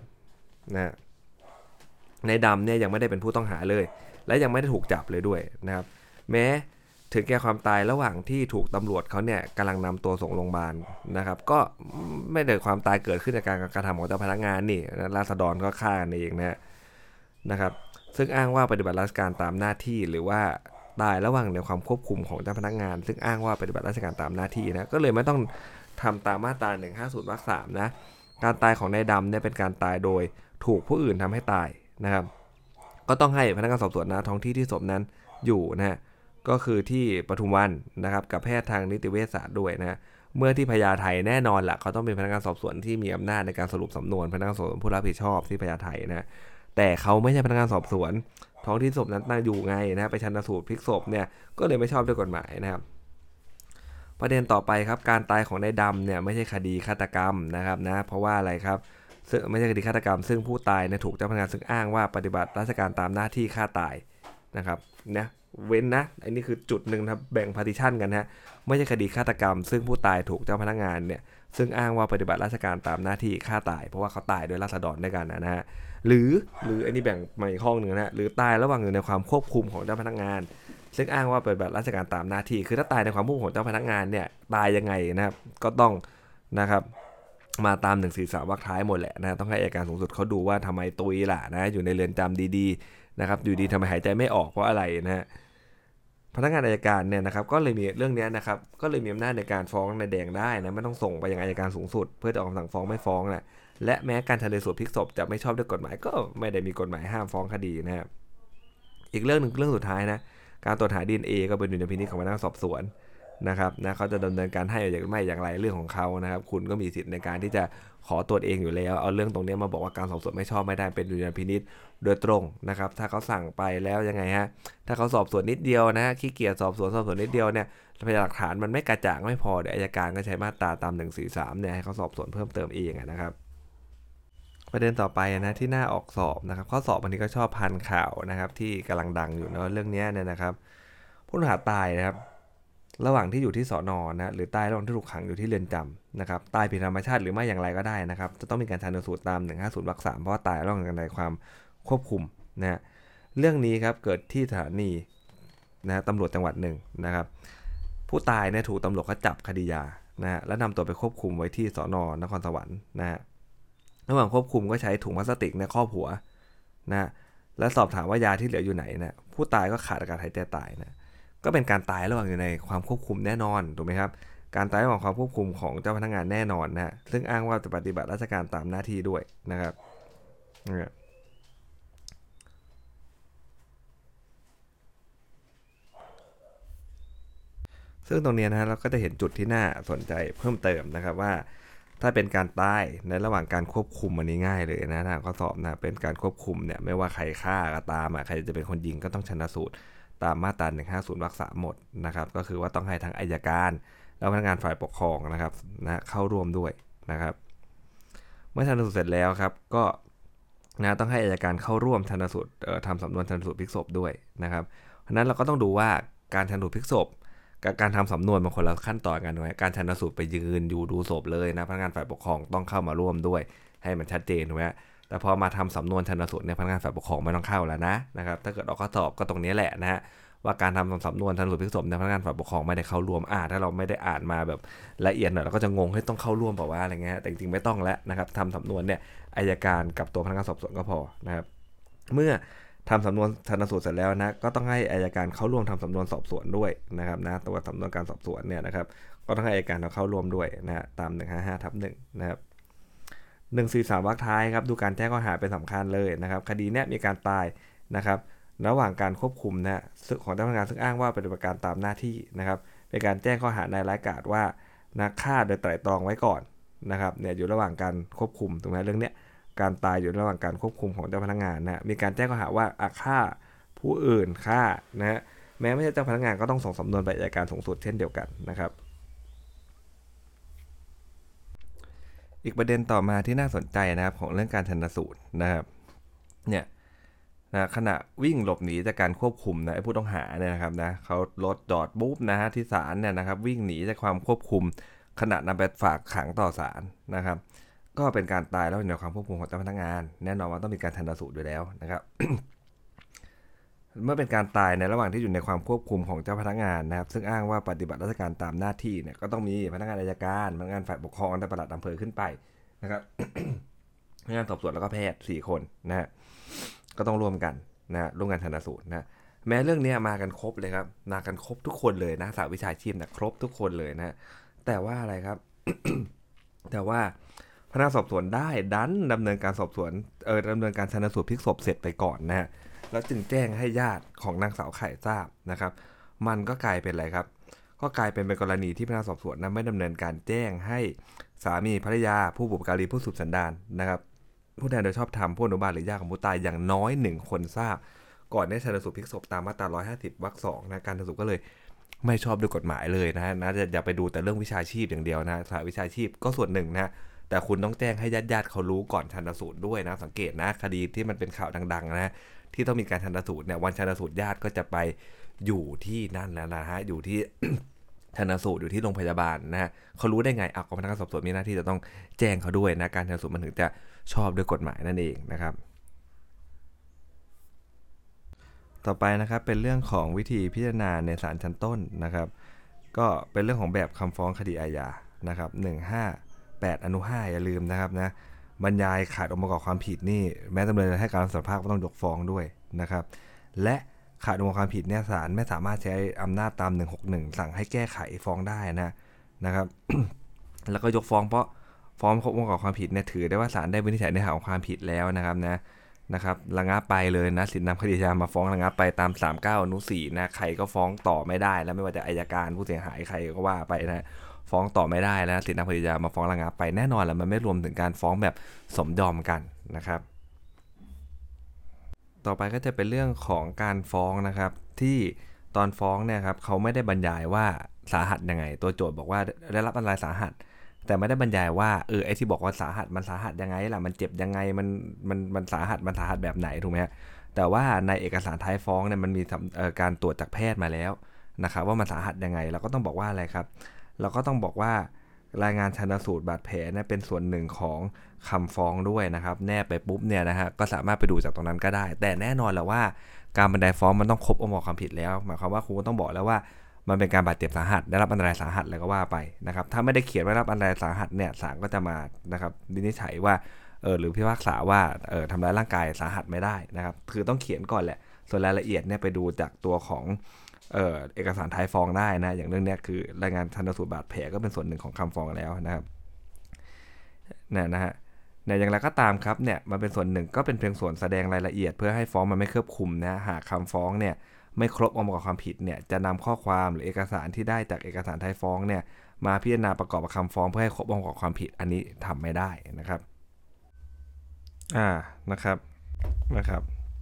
นายดำเนี่ยยังไม่ได้เป็นผู้ต้องหาเลยและยังไม่ได้ถูกจับเลยด้วยนะครับแม้ถึงแก่ความตายระหว่างที่ถูกตำรวจเขาเนี่ยกำลังนำตัวส่งโรงพยาบาลนะครับก็ไม่ได้ความตายเกิดขึ้นจากการกระทำของเจ้าพนักงานนี่ราษฎรก็ฆ่ากันเองนะครับซึ่งอ้างว่าปฏิบัติราชการตามหน้าที่หรือว่าตายระหว่างในความควบคุมของเจ้าพนักงานซึ่งอ้างว่าปฏิบัติราชการตามหน้าที่นะก็เลยไม่ต้องทำตามมาตรา150วรรค 3นะการตายของนายดำเนี่ยเป็นการตายโดยถูกผู้อื่นทำให้ตายนะครับก็ต้องให้พนักงานสอบสวนท้องที่ที่ศพนั้นอยู่นะก็คือที่ปทุมวันนะครับกับแพทย์ทางนิติเวชศาสตร์ด้วยนะเมื่อที่พญาไทแน่นอนแหละเขาต้องเป็นพนักงานสอบสวนที่มีอำนาจในการสรุปสำนวนพนักงานสอบสวนผู้รับผิดชอบที่พญาไทนะแต่เขาไม่ใช่พนักงานสอบสวนท้องที่ศพนั้นตั้งอยู่ไงนะไปชันสูตรพลิกศพเนี่ยก็เลยไม่ชอบด้วยกฎหมายนะครับประเด็นต่อไปครับการตายของนายดำเนี่ยไม่ใช่คดีฆาตกรรมนะครับนะเพราะว่าอะไรครับซึ่งไม่ใช่คดีฆาตกรรมซึ่งผู้ตายเนี่ยถูกเจ้าพนักงานซึ่งอ้างว่าปฏิบัติราชการตามหน้าที่ฆ่าตายนะครับนะเว้นนะอันนี้คือจุดหนึ่งครับแบ่งพาร์ติชันกันนะไม่ใช่คดีฆาตกรรมซึ่งผู้ตายถูกเจ้าพนักงานเนี่ยซึ่งอ้างว่าปฏิบัติราชการตามหน้าที่ฆ่าตายเพราะว่าเขาตายโดยราษฎรด้วยกันนะฮะหรืออันนี้แบ่งมาอีกข้อนึงนะหรือตายระหว่างอยู่ในความควบคุมของเจ้าพนักงานซึ่งอ้างว่าปฏิบัติราชการตามหน้าที่คือถ้าตายในความควบคุมของเจ้าพนักงานเนี่ยตายยังไงนะครับก็ต้องนะครับมาตาม143วรรคท้ายหมดแหละนะต้องให้อัยการสูงสุดเขาดูว่าทำไมตุยล่ะนะอยู่ในเรือนจำดีๆนะครับอยู่ดีทำไมหายใจไม่ออกเพราะอะไรนะฮะพนักงานอัยการเนี่ยนะครับก็เลยมีเรื่องนี้นะครับก็เลยมีอำนาจในการฟ้องนายแดงได้นะไม่ต้องส่งไปยังอัยการสูงสุดเพื่อจะออกคำสั่งฟ้องไม่ฟ้องนะและแม้การชันสูตรพลิกศพจะไม่ชอบด้วยกฎหมายก็ไม่ได้มีกฎหมายห้ามฟ้องคดีนะครับอีกเรื่องนึงเรื่องสุดท้ายนะการตรวจหา DNA ก็เป็นดุลพินิจของพนักงานสอบสวนนะครับนะเขาจะดำเนินการให้อย่างไม่อย่างไรเรื่องของเขานะครับคุณก็มีสิทธิ์ในการที่จะขอตรวจเองอยู่แล้วเอาเรื่องตรงนี้มาบอกว่าการสอบสวนไม่ชอบไม่ได้เป็นดุลพินิจโดยตรงนะครับถ้าเขาสั่งไปแล้วยังไงฮะถ้าเขาสอบสวนนิดเดียวนะขี้เกียจสอบสวนนิดเดียวเนี่ยพยานหลักฐานมันไม่กระจ่างไม่พอเดี๋ยวอัยการก็ใช้มาตราตาม143เนี่ยให้เขาสอบสวนเพิ่มเติมเองนะครับประเด็นต่อไปนะที่น่าออกสอบนะครับข้อสอบบางทีก็ชอบพันข่าวนะครับที่กำลังดังอยู่นะเรื่องนี้เนี่ยนะครับผู้ต้องหาตายนะครับระหว่างที่อยู่ที่สน.นะหรือตายระหว่างที่ถูกขังอยู่ที่เรือนจำนะครับตายผิดธรรมชาติหรือไม่อย่างไรก็ได้นะครับจะต้องมีการชันสูตรตาม150 วรรค 3เพราะว่าตายระหว่างการในความควบคุมนะเรื่องนี้ครับเกิดที่สถานีนะตำรวจจังหวัดหนึ่งนะครับผู้ตายเนี่ยถูกตำรวจเขาจับคดียานะและนำตัวไปควบคุมไว้ที่สน.นครสวรรค์นะฮะระหว่างควบคุมก็ใช้ถุงพลาสติกครอบหัวนะและสอบถามว่ายาที่เหลืออยู่ไหนนะผู้ตายก็ขาดอากาศหายใจตายนะก็เป็นการตายระหว่างอยู่ในความควบคุมแน่นอนถูกไหมครับการตายระหว่างความควบคุมของเจ้าพนักงานแน่นอนนะซึ่งอ้างว่าจะปฏิบัติราชการตามหน้าที่ด้วยนะครับซึ่งตรงนี้นะเราก็จะเห็นจุดที่น่าสนใจเพิ่มเติมนะครับว่าถ้าเป็นการตายในระหว่างการควบคุมอันนี้ง่ายเลยนะทางข้อสอบนะเป็นการควบคุมเนี่ยไม่ว่าใครฆ่าก็ตามใครจะเป็นคนยิงก็ต้องชันสูตรตามมาตรา150 วรรค 3หมดนะครับก็คือว่าต้องให้ทั้งอัยการแล้วพนักงานฝ่ายปกครองนะครับนะเข้าร่วมด้วยนะครับเมื่อชันสูตรเสร็จแล้วครับก็นะต้องให้อัยการเข้าร่วมชันสูตรทำสำนวนชันสูตรพลิกศพด้วยนะครับเพราะนั้นเราก็ต้องดูว่าการชันสูตรพลิกศพกับการทำสำนวนบางคนละขั้นตอนกันไว้การชันสูตรไปยืนอยู่ดูศพเลยนะพนักงานฝ่ายปกครองต้องเข้ามาร่วมด้วยให้มันชัดเจนถูกไหมแต่พอมาทำสำนวนชันสูตรเนี่ยพนักงานฝ่ายปกครองไม่ต้องเข้าแล้วนะครับถ้าเกิดออกข้อสอบก็ตรงนี้แหละนะฮะว่าการทำสำนวนชันสูตรพลิกศพเนี่ยพนักงานฝ่ายปกครองไม่ได้เข้าร่วมถ้าเราไม่ได้อ่านมาแบบละเอียดหน่อยเราก็จะงงให้ต้องเข้าร่วมเปล่าวะอะไรเงี้ยแต่จริงๆไม่ต้องแล้วนะครับทำสำนวนเนี่ยอัยการกับตัวพนักงานสอบสวนก็พอนะครับเมื่อทำสำนวนชันสูตรเสร็จแล้วนะก็ต้องให้อัยการเข้าร่วมทำสำนวนสอบสวนด้วยนะครับนะตัวสำนวนการสอบสวนเนี่ยนะครับก็ต้องให้อัยการเข้าร่วมด้วยนะตาม155/1นะครับ143 วรรคท้ายครับดูการแจ้งข้อหาเป็นสำคัญเลยนะครับคดีเนี้ยมีการตายนะครับระหว่างการควบคุมนะของเจ้าพนักงานซึ่งอ้างว่าปฏิบัติการตามหน้าที่นะครับเป็นการแจ้งข้อหาในร้ายกาจว่าฆ่าโดยไตร่ตรองไว้ก่อนนะครับเนี่ยอยู่ระหว่างการควบคุมตรงนั้นเรื่องเนี้ยการตายอยู่ระหว่างการควบคุมของเจ้าพนักงานนะมีการแจ้งข้อหาว่าฆ่าผู้อื่นฆ่านะฮะแม้ไม่ใช่เจ้าพนักงานก็ต้องส่งสำนวนไปอัยการสูงสุดเช่นเดียวกันนะครับอีกประเด็นต่อมาที่น่าสนใจนะครับของเรื่องการชันสูตรนะครับเนี่ยนะขณะวิ่งหลบหนีจากการควบคุมนะผู้ต้องหาเนี่ยนะครับนะเขารถจอดปุ๊บนะฮะที่ศาลเนี่ยนะครับวิ่งหนีจากความควบคุมขณะนำไปฝากขังต่อศาลนะครับก็เป็นการตายแล้วอยู่ในความควบคุมของเจ้าพนักงานแน่นอนว่าต้องมีการชันสูตรอยู่แล้วนะครับ เมื่อเป็นการตายในระหว่างที่อยู่ในความควบคุมของเจ้าพนักงานนะครับซึ่งอ้างว่าปฏิบัติราชการตามหน้าที่เนี่ยก็ต้องมีพนักงานอัยการพนักงานฝ่ายปกครองและปลัดอำเภอขึ้นไปนะครับ พนักงานสอบสวนแล้วก็แพทย์4 คนนะฮะก็ต้องร่วมกันนะร่วมกันชันสูตรนะแม้เรื่องนี้มากันครบเลยครับมากันครบทุกคนเลยนะสาววิชาชีพนะครบทุกคนเลยนะแต่ว่าอะไรครับ แต่ว่าพนักงานสอบสวนได้ดันดำเนินการสอบสวนดำเนินการชันสูตรพลิกศพเสร็จไปก่อนนะฮะแล้วจึงแจ้งให้ญาติของนางสาวไข่ทราบนะครับมันก็กลายเป็นอะไรครับก็กลายเป็นกรณีที่พนักงานสอบสวนนั้นไม่ดำเนินการแจ้งให้สามีภรรยาผู้บุปการีผู้สืบสันดานนะครับผู้ใดโดยชอบธรรมผู้อนุบาลหรือญาติของผู้ตายอย่างน้อย1 คนทราบก่อนได้ชันสูตรพลิกศพตามมาตรา150 วรรค 2นะการชันสูตรก็เลยไม่ชอบด้วยกฎหมายเลยนะอย่าไปดูแต่เรื่องวิชาชีพอย่างเดียวนะสายวิชาชีพก็ส่วนหนึ่งนะแต่คุณต้องแจ้งให้ญาติเขารู้ก่อนชันสูตรด้วยนะสังเกตนะคดีที่มันเป็นข่าวดังๆนะที่ต้องมีการชันสูตรเนี่ยวันชันสูตรญาติก็จะไปอยู่ที่นั่นแล้วนะฮะอยู่ที่ ชันสูตรอยู่ที่โรงพยาบาลนะฮะเขารู้ได้ไงกองพนักงานสอบสวนมีหน้าที่จะต้องแจ้งเขาด้วยนะการชันสูตรมันถึงจะชอบด้วยกฎหมายนั่นเองนะครับต่อไปนะครับเป็นเรื่องของวิธีพิจารณาในศาลชั้นต้นนะครับก็เป็นเรื่องของแบบคำฟ้องคดีอาญานะครับ158 อนุ 5อย่าลืมนะครับนะบรรยายขาดองค์ประกอบความผิดนี่แม้จำเลยจะให้การรับสารภาพก็ต้องยกฟ้องด้วยนะครับและขาดมูลความผิดเนี่ยศาลไม่สามารถใช้อำนาจตาม161สั่งให้แก้ไขฟ้องได้นะครับ แล้วก็ยกฟ้องเพราะฟ้องครบองค์ประกอบความผิดเนี่ยถือได้ว่าศาลได้วินิจฉัยเนื้อหาของความผิดแล้วนะครับระงับไปเลยนะสินนำคดีอาญามาฟ้องระงับไปตาม39อนุ4นะใครก็ฟ้องต่อไม่ได้แล้วไม่ว่าจะอัยการผู้เสียหายใครก็ว่าไปนะฟ้องต่อไม่ได้แล้วสินนำคดีอาญามาฟ้องระงับไปแน่นอนแหละมันไม่รวมถึงการฟ้องแบบสมยอมกันนะครับต่อไปก็จะเป็นเรื่องของการฟ้องนะครับที่ตอนฟ้องเนี่ยครับเขาไม่ได้บรรยายว่าสาหัสยังไงตัวโจทย์บอกว่าได้รับอันตรายสาหัสแต่ไม่ได้บรรยายว่าไอ้ที่บอกว่าสาหัสมันสาหัสยังไงล่ะมันเจ็บยังไงมันสาหัสแบบไหนถูกไหมฮะแต่ว่าในเอกสารท้ายฟ้องเนี่ยมันมีการตรวจจากแพทย์มาแล้วนะครับว่ามันสาหัสยังไงเราก็ต้องบอกว่าอะไรครับเราก็ต้องบอกว่ารายงานชันสูตรบาดแผลเนี่ยเป็นส่วนหนึ่งของคำฟ้องด้วยนะครับแนบไปปุ๊บเนี่ยนะฮะก็สามารถไปดูจากตรงนั้นก็ได้แต่แน่นอนแหละว่าการบรรยายฟ้องมันต้องครบองค์ประกอบความผิดแล้วหมายความว่าคุณก็ต้องบอกแล้วว่ามันเป็นการบาดเจ็บสาหัสได้รับอันตรายสาหัสอะไรก็ว่าไปนะครับถ้าไม่ได้เขียนว่าได้รับอันตรายสาหัสเนี่ยศาลก็จะมานะครับวินิจฉัยว่าหรือพิพากษาว่าทำร้ายร่างกายสาหัสไม่ได้นะครับคือต้องเขียนก่อนแหละส่วนรายละเอียดเนี่ยไปดูจากตัวของเอกสารท้ายฟ้องได้นะอย่างเรื่องนี้คือรายงานชันสูตรบาดแผลก็เป็นส่วนหนึ่งของคำฟ้องแล้วนะครับนะฮะอย่างไรก็ตามครับเนี่ยมันเป็นส่วนหนึ่งก็เป็นเพียงส่วนแสดงรายละเอียดเพื่อให้ฟ้องมันไม่เคลือบคลุมนะหากคำฟ้องเนี่ยไม่ครบองค์ประกอบความผิดเนี่ยจะนำข้อความหรือเอกสารที่ได้จากเอกสารท้ายฟ้องเนี่ยมาพิจารณาประกอบกับคำฟ้องเพื่อให้ครบองค์ประกอบความผิดอันนี้ทำไม่ได้นะครับนะครับ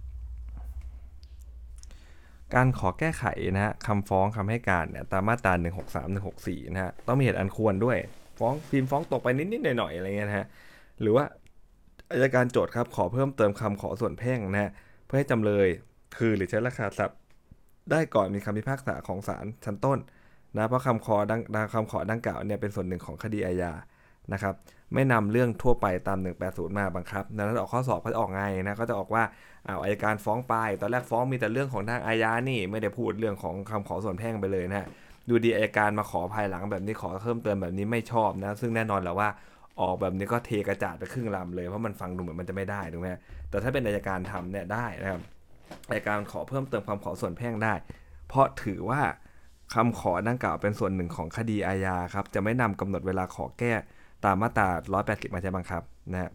การขอแก้ไขนะฮะคำฟ้องคำให้การเนี่ยตามมาตรา163 164นะฮะต้องมีเหตุอันควรด้วยฟ้องพิมพ์ฟ้องตกไปนิดๆหน่อยๆอะไรเงี้ยนะฮะหรือว่าอัยการโจทก์ครับขอเพิ่มเติมคำขอส่วนแพ่งนะฮะเพื่อให้จำเลยคือหรือใช้ราคาทรัพย์ได้ก่อนมีคำพิพากษาของศาลชั้นต้นนะเพราะคำขอดังกล่าวเนี่ยเป็นส่วนหนึ่งของคดีอาญานะครับไม่นำเรื่องทั่วไปตาม180มาบังคับดังนั้นออกข้อสอบเขาจะออกไงนะก็จะออกว่าอัยการฟ้องไปตอนแรกฟ้องมีแต่เรื่องของทางอาญานี่ไม่ได้พูดเรื่องของคำขอส่วนแพ่งไปเลยนะดูดีอัยการมาขอภายหลังแบบนี้ขอเพิ่มเติมแบบนี้ไม่ชอบนะซึ่งแน่นอนแหละว่าออกแบบนี้ก็เทกระจาดไปครึ่งลำเลยเพราะมันฟังดูเหมือนมันจะไม่ได้ถูกไหมแต่ถ้าเป็นอัยการทำเนี่ยได้นะครับอัยการขอเพิ่มเติมคำขอส่วนแพ่งได้เพราะถือว่าคำขอดังกล่าวเป็นส่วนหนึ่งของคดีอาญาครับจะไม่นำกำหนดเวลาขอแก้ตามมาตรา180มาใช้บังคับนะ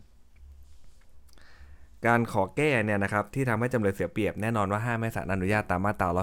การขอแก้เนี่ยนะครับที่ทำให้จำเลยเสียเปรียบแน่นอนว่าห้ามให้ศาลอนุญาตตามมาตรา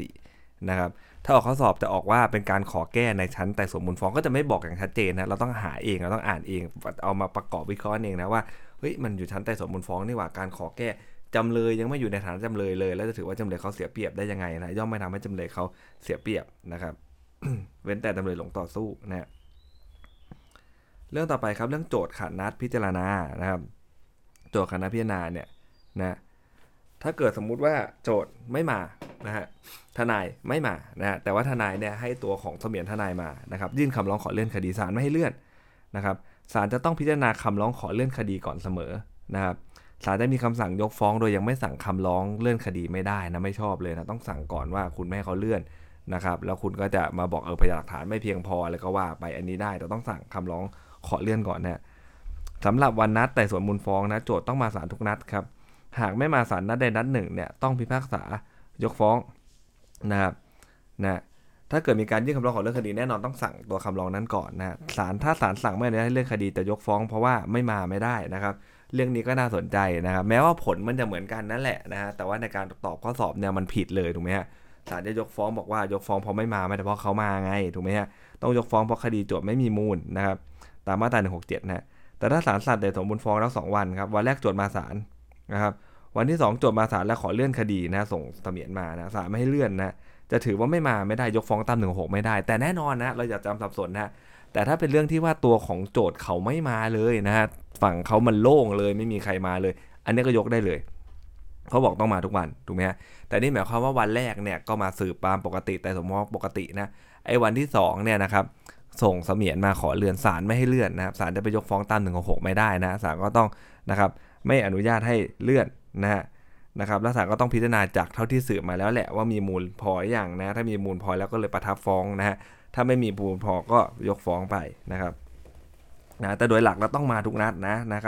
164นะครับถ้าออกข้อสอบจะออกว่าเป็นการขอแก้ในชั้นไต่สวนมูลฟ้องก็จะไม่บอกอย่างชัดเจนนะเราต้องหาเองเราต้องอ่านเองเอามาประกอบวิเคราะห์เองนะว่าเฮ้ยมันอยู่ชั้นไต่สวนมูลฟ้องนี่หว่าการขอแก้จำเลยยังไม่อยู่ในฐานะจำเลยเลยแล้วจะถือว่าจำเลยเขาเสียเปรียบได้ยังไงนะย่อมไม่ทำให้จำเลยเขาเสียเปรียบนะครับ เว้นแต่จำเลยหลงต่อสู้นะเรื่องต่อไปครับเรื่องโจทก์ขัดนัดพิจารณานะครับโจทก์ขัดนัดพิจารณาเนี่ยนะถ้าเกิดสมมุติว่าโจทก์ไม่มานะฮะทนายไม่มานะฮะแต่ว่าทนายเนี่ยให้ตัวของเสมียนทนายมานะครับยื่นคำร้องขอเลื่อนคดีศาลไม่ให้เลื่อนนะครับศาลจะต้องพิจารณาคำร้องขอเลื่อนคดีก่อนเสมอนะครับศาลจะมีคำสั่งยกฟ้องโดยยังไม่สั่งคำร้องเลื่อนคดีไม่ได้นะไม่ชอบเลยนะต้องสั่งก่อนว่าคุณไม่ให้เขาเลื่อนนะครับแล้วคุณก็จะมาบอกพยานหลักฐานไม่เพียงพออะไรก็ว่าไปอันนี้ได้แต่ต้องสั่งคำร้องขอเลื่อนก่อนนะสำหรับวันนัดไต่สวนมูลฟ้องนะโจทก์ต้องมาศาลทุกนัดครับหากไม่มาศาลนัดใดนัดหนึ่งเนี่ยต้องพิพากษายกฟ้องนะครับนะถ้าเกิดมีการยื่นคำร้องขอเลื่อนคดีแน่นอนต้องสั่งตัวคำร้องนั้นก่อนนะถ้าศาลสั่งไม่ได้ให้เลื่อนคดีจะยกฟ้องเพราะว่าไม่มาไม่ได้นะครับเรื่องนี้ก็น่าสนใจนะครับแม้ว่าผลมันจะเหมือนกันนั่นแหละนะฮะแต่ว่าในการตอบข้อสอบเนี่ยมันผิดเลยถูกไหมฮะศาลจะยกฟ้องบอกว่ายกฟ้องเพราะไม่มาไม่ได้เพราะเขามาไงถูกไหมฮะต้องยกฟ้องเพราะคดีโจทก์ไม่มีมูลนะครับตามมาตรา167นะแต่ถ้าศาลสั่งไต่สวนมูลฟ้องแล้ว2วันครับวันแรกโจทก์มาศาลนะครับวันที่2โจทก์มาศาลแล้วขอเลื่อนคดีนะส่งเสมียนมานะศาลไม่ให้เลื่อนนะจะถือว่าไม่ได้ยกฟ้องตาม116ไม่ได้แต่แน่นอนนะเราอย่าจำสับสนนะแต่ถ้าเป็นเรื่องที่ว่าตัวของโจทก์เขาไม่มาเลยนะฮะฝั่งเขามันโล่งเลยไม่มีใครมาเลยอันนี้ก็ยกได้เลยเขาบอกต้องมาทุกวันถูกไหมฮะแต่นี่หมายความว่าวันแรกเนี่ยก็มาสืบตามปกติแต่สมมติปกตินะไอ้วันที่2เนี่ยนะครับส่งเสมียนมาขอเลื่อนศาลไม่ให้เลื่อนนะครับศาลจะไปยกฟ้องตาม116ไม่ได้นะศาลก็ต้องนะครับไม่อนุญาตให้เลื่อนนะครับแล้วศาลก็ต้องพิจารณาจากเท่าที่สืบมาแล้วแหละว่ามีมูลพออย่างนะถ้ามีมูลพอแล้วก็เลยประทับฟ้องนะฮะถ้าไม่มีมูลพอก็ยกฟ้องไปนะครับนะแต่โดยหลักเราต้องมาทุกนัดนะครับ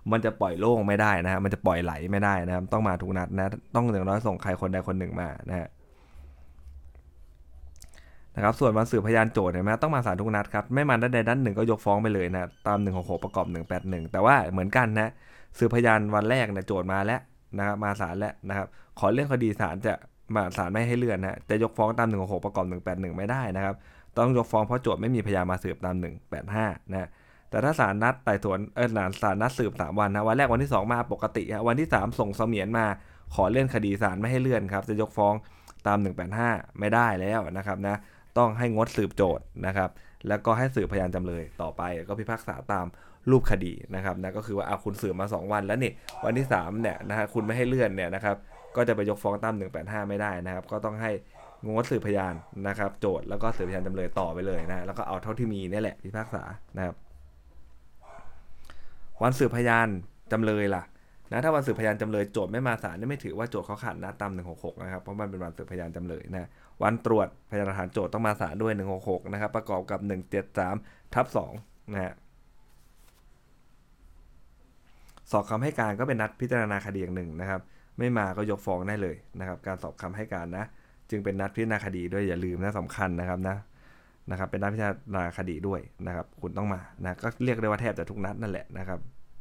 มันจะปล่อยโล่งไม่ได้นะฮะมันจะปล่อยไหลไม่ได้นะครับต้องมาทุกนัดนะต้องอย่างน้อยส่งใครคนใดคนหนึ่งมานะฮะนะครับส่วนวันสืบพยานโจทย์เห็นไหมต้องมาศาลทุกนัดครับไม่มาด้านใดด้านหนึ่งก็ยกฟ้องไปเลยนะตาม166ประกอบ181แต่ว่าเหมือนกันนะสืบพยานวันแรกเนี่ยโจทย์มาแล้วนะครับมาศาลแล้วนะครับขอเรื่องคดีศาลจะมาศาลไม่ให้เลื่อนนะจะยกฟ้องตาม166ประกอบ181ไม่ได้นะครับต้องยกฟ้องเพราะโจทย์ไม่มีพยานมาสืบตาม185นะแต่ถ้าศาลนัดไต่สวนศาลนัดสืบ3วันนะวันแรกวันที่2มาปกติวันที่3ส่งเสมียนมาขอเลื่อนคดีศาลไม่ให้เลื่อนครับจะยกฟ้องตาม185ไม่ได้แล้วนะครับนะต้องให้งดสืบโจทย์นะครับแล้วก็ให้สืบพยานจำเลยต่อไปก็พิพากษาตามรูปคดีนะครับนะก็คือว่าคุณสืบมา2วันแล้วนี่วันที่3เนี่ยนะฮะคุณไม่ให้เลื่อนเนี่ยนะครับก็จะไปยกฟ้องตาม185ไม่ได้นะครับก็ต้องให้งดสืบพยานนะครับโจทย์แล้วก็สืบพยานจำเลยต่อไปเลยนะแล้วก็เอาเท่าที่มีนี่แหละพิพากษานะครับวันสืบพยานจำเลยล่ะนะถ้าวันสืบพยานจำเลยโจทย์ไม่มาศาลนี่ไม่ถือว่าโจทย์เขาขาดนัดตาม166นะครับเพราะมันเป็นวันสืบพยานจำเลยนะวันตรวจพยานหลักฐานโจทย์ต้องมาศาลด้วย166นะครับประกอบกับ173/2นะฮะสอบคำให้การก็เป็นนัดพิจารณาคดีอย่างหนึ่งนะครับไม่มาก็ยกฟ้องได้เลยนะครับการสอบคำให้การนะจึงเป็นนัดพิจารณาคดีด้วยอย่าลืมนะสำคัญนะครับเป็นนัดพิจารณาคดีด้วยนะครับคุณต้องมานะก็เรียกได้ว่าแทบจะทุกนัดนั่นแหละนะครับ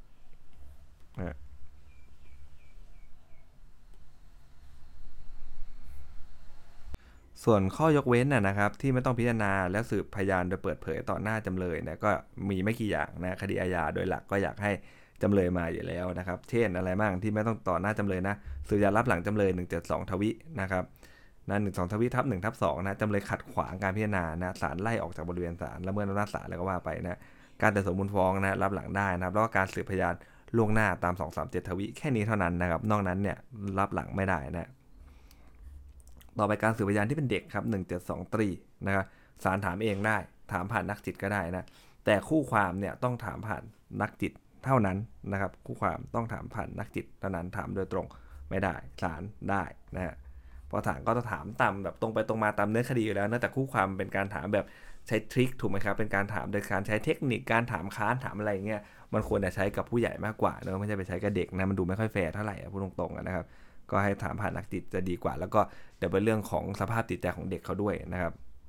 ส่วนข้อยกเว้นนะครับที่ไม่ต้องพิจารณาและสืบพยานโดยเปิดเผยต่อหน้าจำเลยนะก็มีไม่กี่อย่างนะคดีอาญาโดยหลักก็อยากให้จำเลยมาอยู่แล้วนะครับเช่นอะไรบ้างที่ไม่ต้องต่อหน้าจำเลยนะสืบพยานรับหลังจำเลย172ทวินะครับนะ12ทวิทับ1/2นะจำเลยขัดขวางการพิจารณานะศาลไล่ออกจากบริเวณศาลละเมิดอำนาจศาลแล้วก็ว่าไปนะการไต่สวนมูลฟ้องนะรับหลังได้นะครับแล้วก็การสืบพยานล่วงหน้าตาม237ทวิแค่นี้เท่านั้นนะครับนอกนั้นเนี่ยรับหลังไม่ได้นะต่อไปการสืบพยานที่เป็นเด็กครับ172ตรีนะครับศาลถามเองได้ถามผ่านนักจิตก็ได้นะแต่คู่ความเนี่ยต้องถามผ่านนักจิตเท่านั้นนะครับคู่ความต้องถามผ่านนักจิตเท่านั้นถามโดยตรงไม่ได้ศาลได้นะฮะพอศาลก็จะถามตามแบบตรงไปตรงมาตามเนื้อคดีอยู่แล้วนะแต่คู่ความเป็นการถามแบบใช้ทริคถูกไหมครับเป็นการถามโดยการใช้เทคนิคการถามค้านถามอะไรเงี้ยมันควรจะใช้กับผู้ใหญ่มากกว่าเนอะไม่ใช่ไปใช้กับเด็กนะมันดูไม่ค่อยแฟร์เท่าไหร่พูดตรงๆนะครับก็ให้ถามผ่านนักจิตจะดีกว่าแล้วก็เดี๋ยวเป็นเรื่องของสภาพจิตใจของเด็กเขาด้วยนะครับ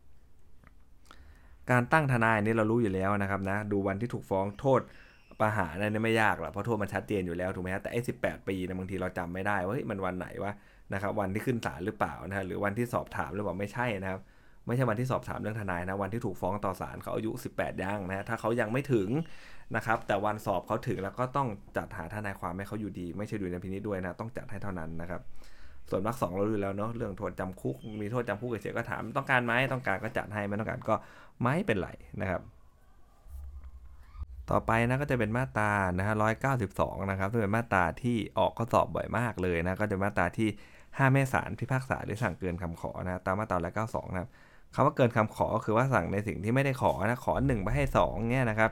การตั้งทนายนี่เรารู้อยู่แล้วนะครับนะดูวันที่ถูกฟ้องโทษประหารนั่นไม่ยากหรอกเพราะโทษมันชัดเจนอยู่แล้วถูกไหมฮะแต่ไอ้18 ปีนะบางทีเราจำไม่ได้ว่ามันวันไหนวะนะครับวันที่ขึ้นศาลหรือเปล่านะหรือวันที่สอบถามหรือเปล่าไม่ใช่นะครับไม่ใช่วันที่สอบถามเรื่องทนายนะวันที่ถูกฟ้องต่อศาลเขาอายุ18ย่างนะถ้าเขายังไม่ถึงนะครับแต่วันสอบเขาถึงแล้วก็ต้องจัดหาทนายความให้เขาอยู่ดีไม่ใช่ดุลยพินิจด้วยนะต้องจัดให้เท่านั้นนะครับส่วนวรรค 2เรารู้แล้วเนาะเรื่องโทษจำคุกมีโทษจำคุกเฉยๆก็ถามต้องการไหมต้องการก็จัดให้ไม่ต้องการก็ไม่เป็นไรนะครับต่อไปนะก็จะเป็นมาตรานะฮะ192นะครับซึ่งเป็นมาตราที่ออกข้อสอบบ่อยมากเลยนะก็จะมาตราที่ห้ามให้ศาลพิพากษาหรือสั่งเกินคำขอนะตามมาตรา192นะครับคำว่าเกินคำขอคือว่าสั่งในสิ่งที่ไม่ได้ขอนะขอ1ไปให้2เนี่ยนะครับ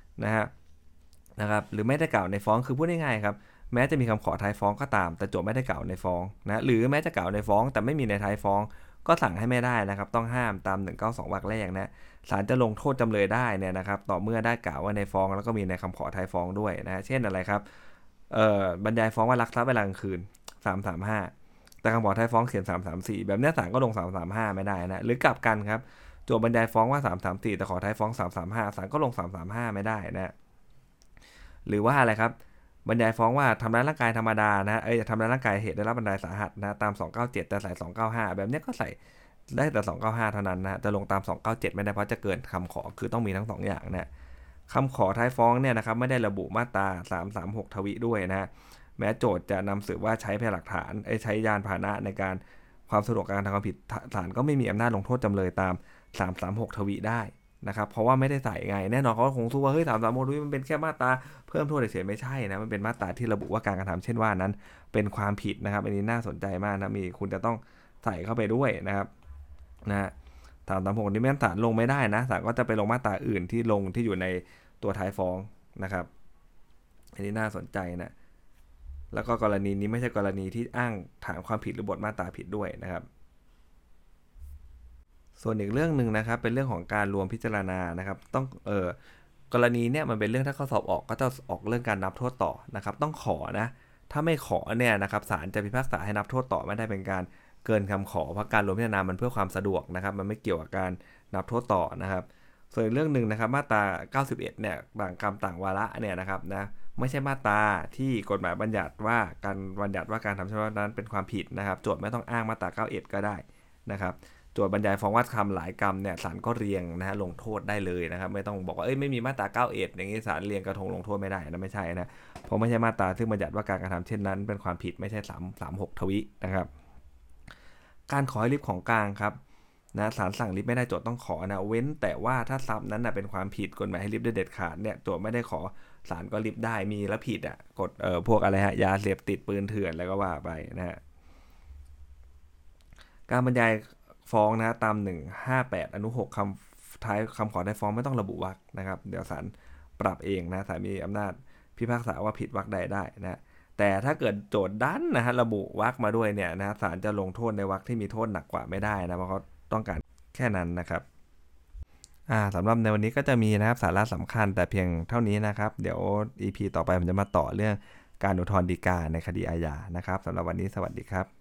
นะครับหรือไม่ได้กล่าวในฟ้องคือพูดง่ายๆครับแม้จะมีคำขอท้ายฟ้องก็ตามแต่โจทก์ไม่ได้กล่าวในฟ้องนะหรือแม้จะกล่าวในฟ้องแต่ไม่มีในท้ายฟ้องก็สั่งให้ไม่ได้นะครับต้องห้ามตาม192วรรคแรกนะศาลจะลงโทษจำเลยได้เนี่ยนะครับต่อเมื่อได้กล่าวว่าในฟ้องแล้วก็มีในคำขอท้ายฟ้องด้วยนะเช่นอะไรครับบรรยายฟ้องว่าลักทรัพย์เวลากลางคืน335แต่คำขอท้ายฟ้องเขียน334แบบนี้ศาลก็ลง335ไม่ได้นะหรือกลับกันครับโจทก์บรรยายฟ้องว่า334แต่ขอท้ายฟ้อง335ศาลก็ลง335ไม่ได้นะหรือว่าอะไรครับบรรยายฟ้องว่าทำร้ายร่างกายธรรมดานะทำร้ายร่างกายเหตุได้รับบรรยายสาหัสนะตาม297แต่ใส่295แบบนี้ก็ใส่ได้แต่295เท่านั้นนะจะลงตาม297ไม่ได้เพราะจะเกินคำขอคือต้องมีทั้ง2อย่างนะคำขอท้ายฟ้องเนี่ยนะครับไม่ได้ระบุมาตรา336ทวิด้วยนะแม้โจทย์จะนำสืบว่าใช้พยานหลักฐานใช้ยานพาหนะในการความสะดวกการทำความผิดศาลก็ไม่มีอำนาจลงโทษจำเลยตาม336ทวิได้นะครับเพราะว่าไม่ได้ใส่ไงแน่นอนเขาคงสู้ว่าเฮ้ย336ทวิมันเป็นแค่มาตราเพิ่มโทษเฉยๆไม่ใช่นะมันเป็นมาตราที่ระบุว่าการกระทำเช่นว่านั้นเป็นความผิดนะครับอันนี้น่าสนใจมากนะมีคุณจะต้องใส่เข้าไปด้วยนะครับนะ336นี้แม้ศาลลงไม่ได้นะศาลก็จะไปลงมาตราอื่นที่ลงที่อยู่ในตัวท้ายฟ้องนะครับอันนี้น่าสนใจนะแล้วก็กรณีนี้ไม่ใช่กรณีที่อ้างฐานความผิดหรือบทมาตราผิดด้วยนะครับส่วนอีกเรื่องหนึ่งนะครับเป็นเรื่องของการรวมพิจารณานะครับต้องกรณีเนี่ยมันเป็นเรื่องถ้าข้อสอบออกก็จะออกเรื่องการนับโทษต่อนะครับต้องขอนะถ้าไม่ขอเนี่ยนะครับศาลจะพิพากษาให้นับโทษต่อไม่ได้เป็นการเกินคำขอเพราะการรวมพิจารณามันเพื่อความสะดวกนะครับมันไม่เกี่ยวกับการนับโทษต่อนะครับส่วนเรื่องหนึ่งนะครับมาตรา91เนี่ยต่างกรรมต่างวาระเนี่ยนะครับนะไม่ใช่มาตราที่กฎหมายบัญญัติว่าการทำชำระนั้นเป็นความผิดนะครับโจทย์ไม่ต้องอ้างมาตรา91ก็ได้นะครับโจทย์บรรยายฟ้องว่าคำหลายกรรมเนี่ยศาลก็เรียงนะฮะลงโทษได้เลยนะครับไม่ต้องบอกว่าไม่มีมาตรา91อย่างนี้ศาลเรียงกระทงลงโทษไม่ได้นะไม่ใช่นะเพราะไม่ใช่มาตราซึ่งบัญญัติว่าการกระทำเช่นนั้นเป็นความผิดไม่ใช่336ทวินะครับการขอให้ริบของกลางครับนะศาลสั่งริบไม่ได้โจทย์ต้องขอนะเว้นแต่ว่าถ้าทรัพย์นั้นเป็นความผิดกฎหมายให้ริบได้เด็ดขาดเนี่ยโจทย์ไม่ได้ขอศาลก็ริบได้มีแล้วผิดกฎพวกอะไรฮะยาเสพติดปืนเถื่อนแล้วก็ว่าไปนะฮะการบรรยายฟ้องนะตาม158อนุ6คำท้ายคำขอได้ฟ้องไม่ต้องระบุวรรคนะครับเดี๋ยวศาลปรับเองนะศาลมีอำนาจพิพากษาว่าผิดวรรคใดได้นะแต่ถ้าเกิดโจทย์ดันนะฮะระบุวรรคมาด้วยเนี่ยนะศาลจะลงโทษในวรรคที่มีโทษหนักกว่าไม่ได้นะเพราะเขาต้องการแค่นั้นนะครับสำหรับในวันนี้ก็จะมีนะครับสาระสำคัญแต่เพียงเท่านี้นะครับเดี๋ยว EP ต่อไปผมจะมาต่อเรื่องการอุทธรณ์ฎีกาในคดีอาญานะครับสำหรับวันนี้สวัสดีครับ